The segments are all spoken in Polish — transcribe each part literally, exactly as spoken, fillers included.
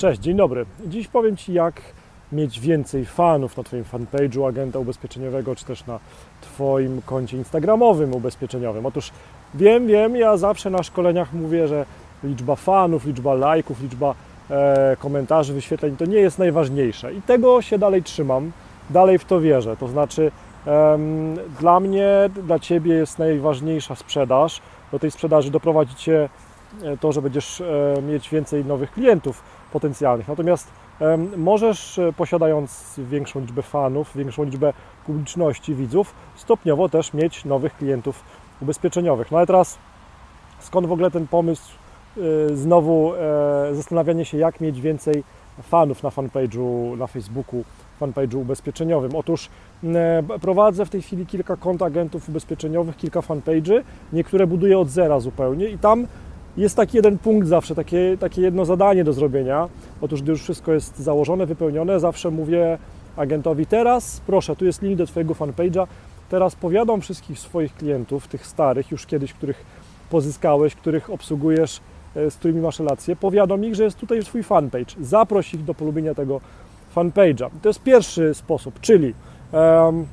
Cześć, dzień dobry. Dziś powiem Ci, jak mieć więcej fanów na Twoim fanpage'u agenta ubezpieczeniowego, czy też na Twoim koncie instagramowym ubezpieczeniowym. Otóż wiem, wiem, ja zawsze na szkoleniach mówię, że liczba fanów, liczba lajków, liczba e, komentarzy, wyświetleń to nie jest najważniejsze. I tego się dalej trzymam, dalej w to wierzę. To znaczy e, dla mnie, dla Ciebie jest najważniejsza sprzedaż. Do tej sprzedaży doprowadzi Cię to, że będziesz e, mieć więcej nowych klientów potencjalnych. Natomiast e, możesz, posiadając większą liczbę fanów, większą liczbę publiczności, widzów, stopniowo też mieć nowych klientów ubezpieczeniowych. No ale teraz skąd w ogóle ten pomysł e, znowu e, zastanawianie się, jak mieć więcej fanów na fanpage'u, na Facebooku, fanpage'u ubezpieczeniowym? Otóż e, prowadzę w tej chwili kilka kont agentów ubezpieczeniowych, kilka fanpage'y, niektóre buduję od zera zupełnie i tam jest taki jeden punkt zawsze, takie, takie jedno zadanie do zrobienia. Otóż gdy już wszystko jest założone, wypełnione, zawsze mówię agentowi: teraz proszę, tu jest link do Twojego fanpage'a, teraz powiadam wszystkich swoich klientów, tych starych już kiedyś, których pozyskałeś, których obsługujesz, z którymi masz relacje, powiadam ich, że jest tutaj Twój fanpage, zaproś ich do polubienia tego fanpage'a. To jest pierwszy sposób, czyli um,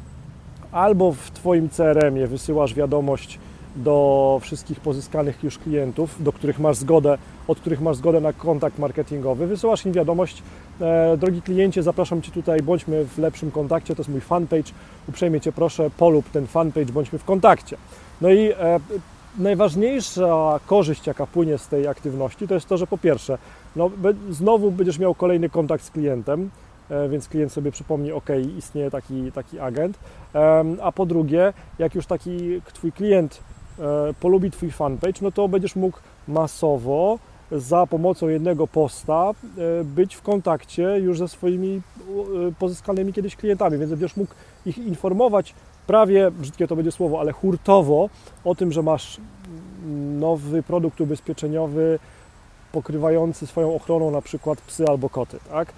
albo w Twoim C R M-ie wysyłasz wiadomość do wszystkich pozyskanych już klientów, do których masz zgodę, od których masz zgodę na kontakt marketingowy, wysyłasz im wiadomość: e, drogi kliencie, zapraszam Cię tutaj, bądźmy w lepszym kontakcie, to jest mój fanpage, uprzejmie Cię proszę, polub ten fanpage, bądźmy w kontakcie. No i e, najważniejsza korzyść, jaka płynie z tej aktywności, to jest to, że po pierwsze, no, be, znowu będziesz miał kolejny kontakt z klientem, e, więc klient sobie przypomni: ok, istnieje taki, taki agent, e, a po drugie, jak już taki Twój klient polubi Twój fanpage, no to będziesz mógł masowo za pomocą jednego posta być w kontakcie już ze swoimi pozyskanymi kiedyś klientami, więc będziesz mógł ich informować prawie, brzydkie to będzie słowo, ale hurtowo o tym, że masz nowy produkt ubezpieczeniowy pokrywający swoją ochroną na przykład psy albo koty, tak?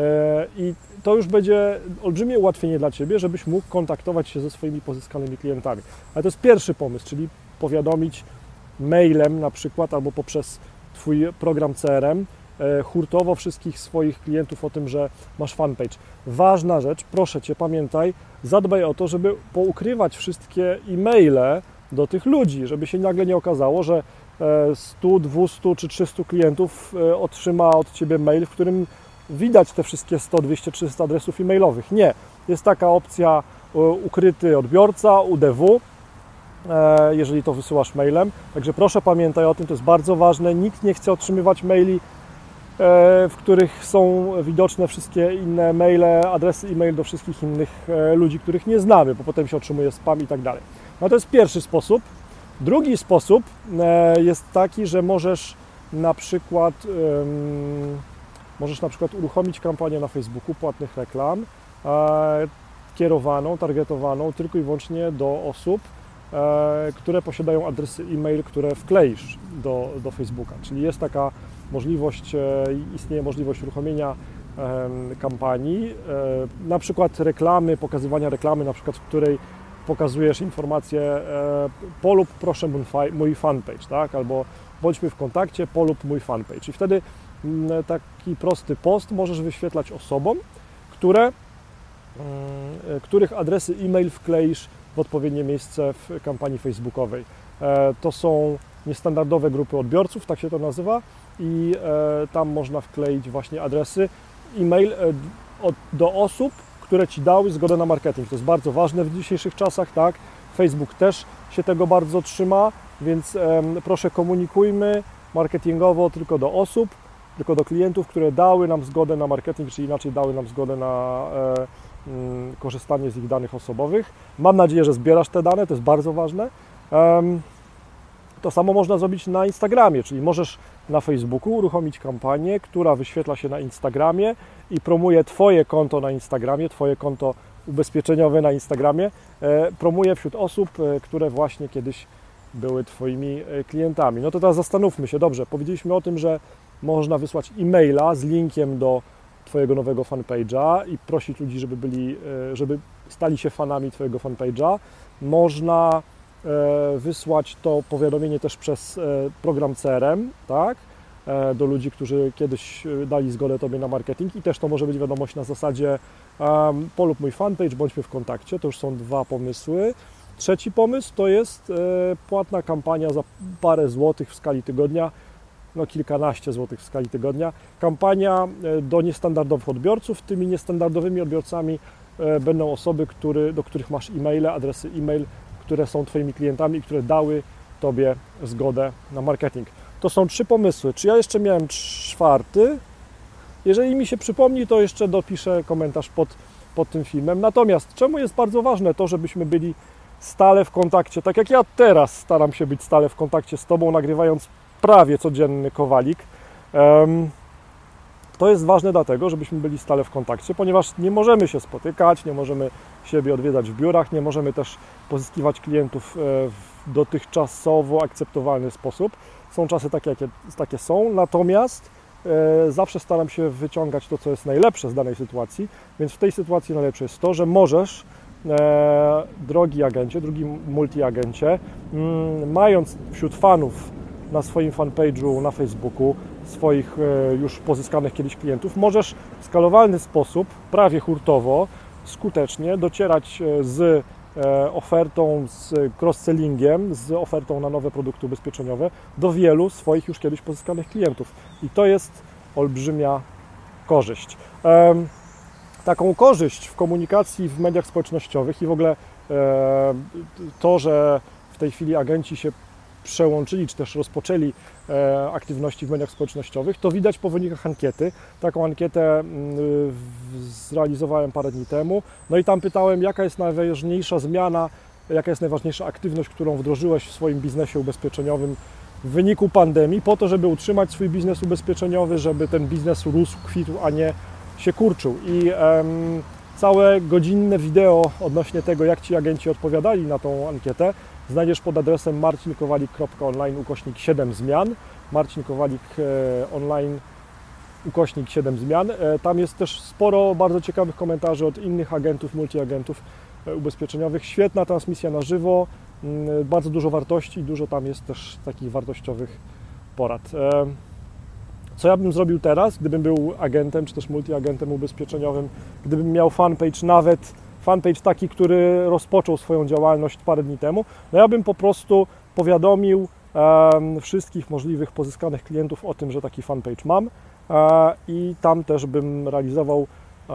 I to już będzie olbrzymie ułatwienie dla Ciebie, żebyś mógł kontaktować się ze swoimi pozyskanymi klientami. Ale to jest pierwszy pomysł, czyli powiadomić mailem na przykład albo poprzez Twój program C R M hurtowo wszystkich swoich klientów o tym, że masz fanpage. Ważna rzecz, proszę Cię, pamiętaj, zadbaj o to, żeby poukrywać wszystkie e-maile do tych ludzi, żeby się nagle nie okazało, że sto, dwieście czy trzysta klientów otrzyma od Ciebie mail, w którym widać te wszystkie sto, dwieście, trzysta adresów e-mailowych. Nie. Jest taka opcja ukryty odbiorca, U D W, jeżeli to wysyłasz mailem. Także proszę pamiętaj o tym, to jest bardzo ważne. Nikt nie chce otrzymywać maili, w których są widoczne wszystkie inne maile, adresy e-mail do wszystkich innych ludzi, których nie znamy, bo potem się otrzymuje spam i tak dalej. No to jest pierwszy sposób. Drugi sposób jest taki, że możesz na przykład Możesz na przykład uruchomić kampanię na Facebooku płatnych reklam e, kierowaną, targetowaną tylko i wyłącznie do osób, e, które posiadają adresy e-mail, które wkleisz do, do Facebooka. Czyli jest taka możliwość, e, istnieje możliwość uruchomienia e, kampanii, e, na przykład reklamy, pokazywania reklamy, na przykład w której pokazujesz informację: e, polub proszę mój, mój fanpage, tak? Albo bądźmy w kontakcie, polub mój fanpage. I wtedy taki prosty post możesz wyświetlać osobom, które, których adresy e-mail wkleisz w odpowiednie miejsce w kampanii facebookowej. To są niestandardowe grupy odbiorców, tak się to nazywa, i tam można wkleić właśnie adresy e-mail do osób, które Ci dały zgodę na marketing. To jest bardzo ważne w dzisiejszych czasach, tak? Facebook też się tego bardzo trzyma, więc proszę, komunikujmy marketingowo tylko do osób, tylko do klientów, które dały nam zgodę na marketing, czy inaczej dały nam zgodę na e, m, korzystanie z ich danych osobowych. Mam nadzieję, że zbierasz te dane, to jest bardzo ważne. E, to samo można zrobić na Instagramie, czyli możesz na Facebooku uruchomić kampanię, która wyświetla się na Instagramie i promuje Twoje konto na Instagramie, Twoje konto ubezpieczeniowe na Instagramie, e, promuje wśród osób, e, które właśnie kiedyś były Twoimi klientami. No to teraz zastanówmy się, dobrze, powiedzieliśmy o tym, że można wysłać e-maila z linkiem do Twojego nowego fanpage'a i prosić ludzi, żeby byli, żeby stali się fanami Twojego fanpage'a. Można wysłać to powiadomienie też przez program C R M, tak? do ludzi, którzy kiedyś dali zgodę Tobie na marketing i też to może być wiadomość na zasadzie um, polub mój fanpage, bądźmy w kontakcie. To już są dwa pomysły. Trzeci pomysł to jest e, płatna kampania za parę złotych w skali tygodnia, no kilkanaście złotych w skali tygodnia. Kampania do niestandardowych odbiorców. Tymi niestandardowymi odbiorcami e, będą osoby, który, do których masz e-maile, adresy e-mail, które są Twoimi klientami i które dały Tobie zgodę na marketing. To są trzy pomysły. Czy ja jeszcze miałem czwarty? Jeżeli mi się przypomni, to jeszcze dopiszę komentarz pod, pod tym filmem. Natomiast czemu jest bardzo ważne to, żebyśmy byli stale w kontakcie, tak jak ja teraz staram się być stale w kontakcie z Tobą, nagrywając prawie codzienny kowalik. Um, to jest ważne dlatego, żebyśmy byli stale w kontakcie, ponieważ nie możemy się spotykać, nie możemy siebie odwiedzać w biurach, nie możemy też pozyskiwać klientów w dotychczasowo akceptowalny sposób. Są czasy takie, jakie takie są, natomiast e, zawsze staram się wyciągać to, co jest najlepsze z danej sytuacji, więc w tej sytuacji najlepsze jest to, że możesz, e, drogi agencie, drogi multi-agencie, mm, mając wśród fanów na swoim fanpage'u na Facebooku swoich e, już pozyskanych kiedyś klientów, możesz w skalowalny sposób, prawie hurtowo, skutecznie docierać z ofertą, z cross-sellingiem, z ofertą na nowe produkty ubezpieczeniowe do wielu swoich już kiedyś pozyskanych klientów. I to jest olbrzymia korzyść. Taką korzyść w komunikacji w mediach społecznościowych i w ogóle to, że w tej chwili agenci się przełączyli, czy też rozpoczęli aktywności w mediach społecznościowych, to widać po wynikach ankiety. Taką ankietę zrealizowałem parę dni temu. No i tam pytałem, jaka jest najważniejsza zmiana, jaka jest najważniejsza aktywność, którą wdrożyłeś w swoim biznesie ubezpieczeniowym w wyniku pandemii, po to, żeby utrzymać swój biznes ubezpieczeniowy, żeby ten biznes rósł, kwitł, a nie się kurczył. I um, całe godzinne wideo odnośnie tego, jak Ci agenci odpowiadali na tą ankietę, znajdziesz pod adresem marcinkowalik kropka online ukośnik siedem zmian. Marcin Kowalik online ukośnik siedem zmian. Tam jest też sporo bardzo ciekawych komentarzy od innych agentów, multiagentów ubezpieczeniowych. Świetna transmisja na żywo, bardzo dużo wartości, dużo tam jest też takich wartościowych porad. Co ja bym zrobił teraz, gdybym był agentem, czy też multiagentem ubezpieczeniowym, gdybym miał fanpage, nawet fanpage taki, który rozpoczął swoją działalność parę dni temu, no ja bym po prostu powiadomił e, wszystkich możliwych pozyskanych klientów o tym, że taki fanpage mam e, i tam też bym realizował e,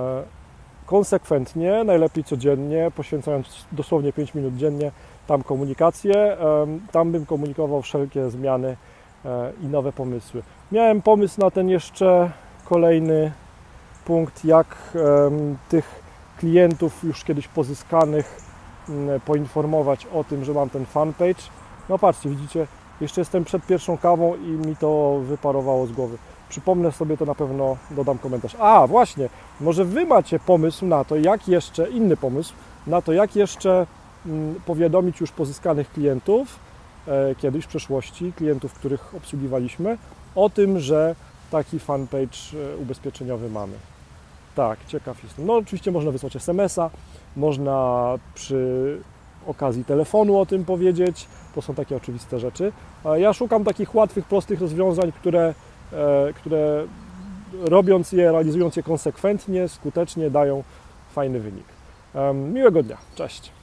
konsekwentnie, najlepiej codziennie, poświęcając dosłownie pięć minut dziennie tam komunikację, e, tam bym komunikował wszelkie zmiany e, i nowe pomysły. Miałem pomysł na ten jeszcze kolejny punkt, jak e, tych klientów już kiedyś pozyskanych poinformować o tym, że mam ten fanpage. No patrzcie, widzicie, jeszcze jestem przed pierwszą kawą i mi to wyparowało z głowy. Przypomnę sobie, to na pewno dodam komentarz. A, właśnie, może Wy macie pomysł na to, jak jeszcze, inny pomysł, na to, jak jeszcze powiadomić już pozyskanych klientów, kiedyś w przeszłości, klientów, których obsługiwaliśmy, o tym, że taki fanpage ubezpieczeniowy mamy. Tak, ciekaw jestem. No oczywiście można wysłać es em es a, można przy okazji telefonu o tym powiedzieć, to są takie oczywiste rzeczy. Ja szukam takich łatwych, prostych rozwiązań, które, które robiąc je, realizując je konsekwentnie, skutecznie dają fajny wynik. Miłego dnia, cześć!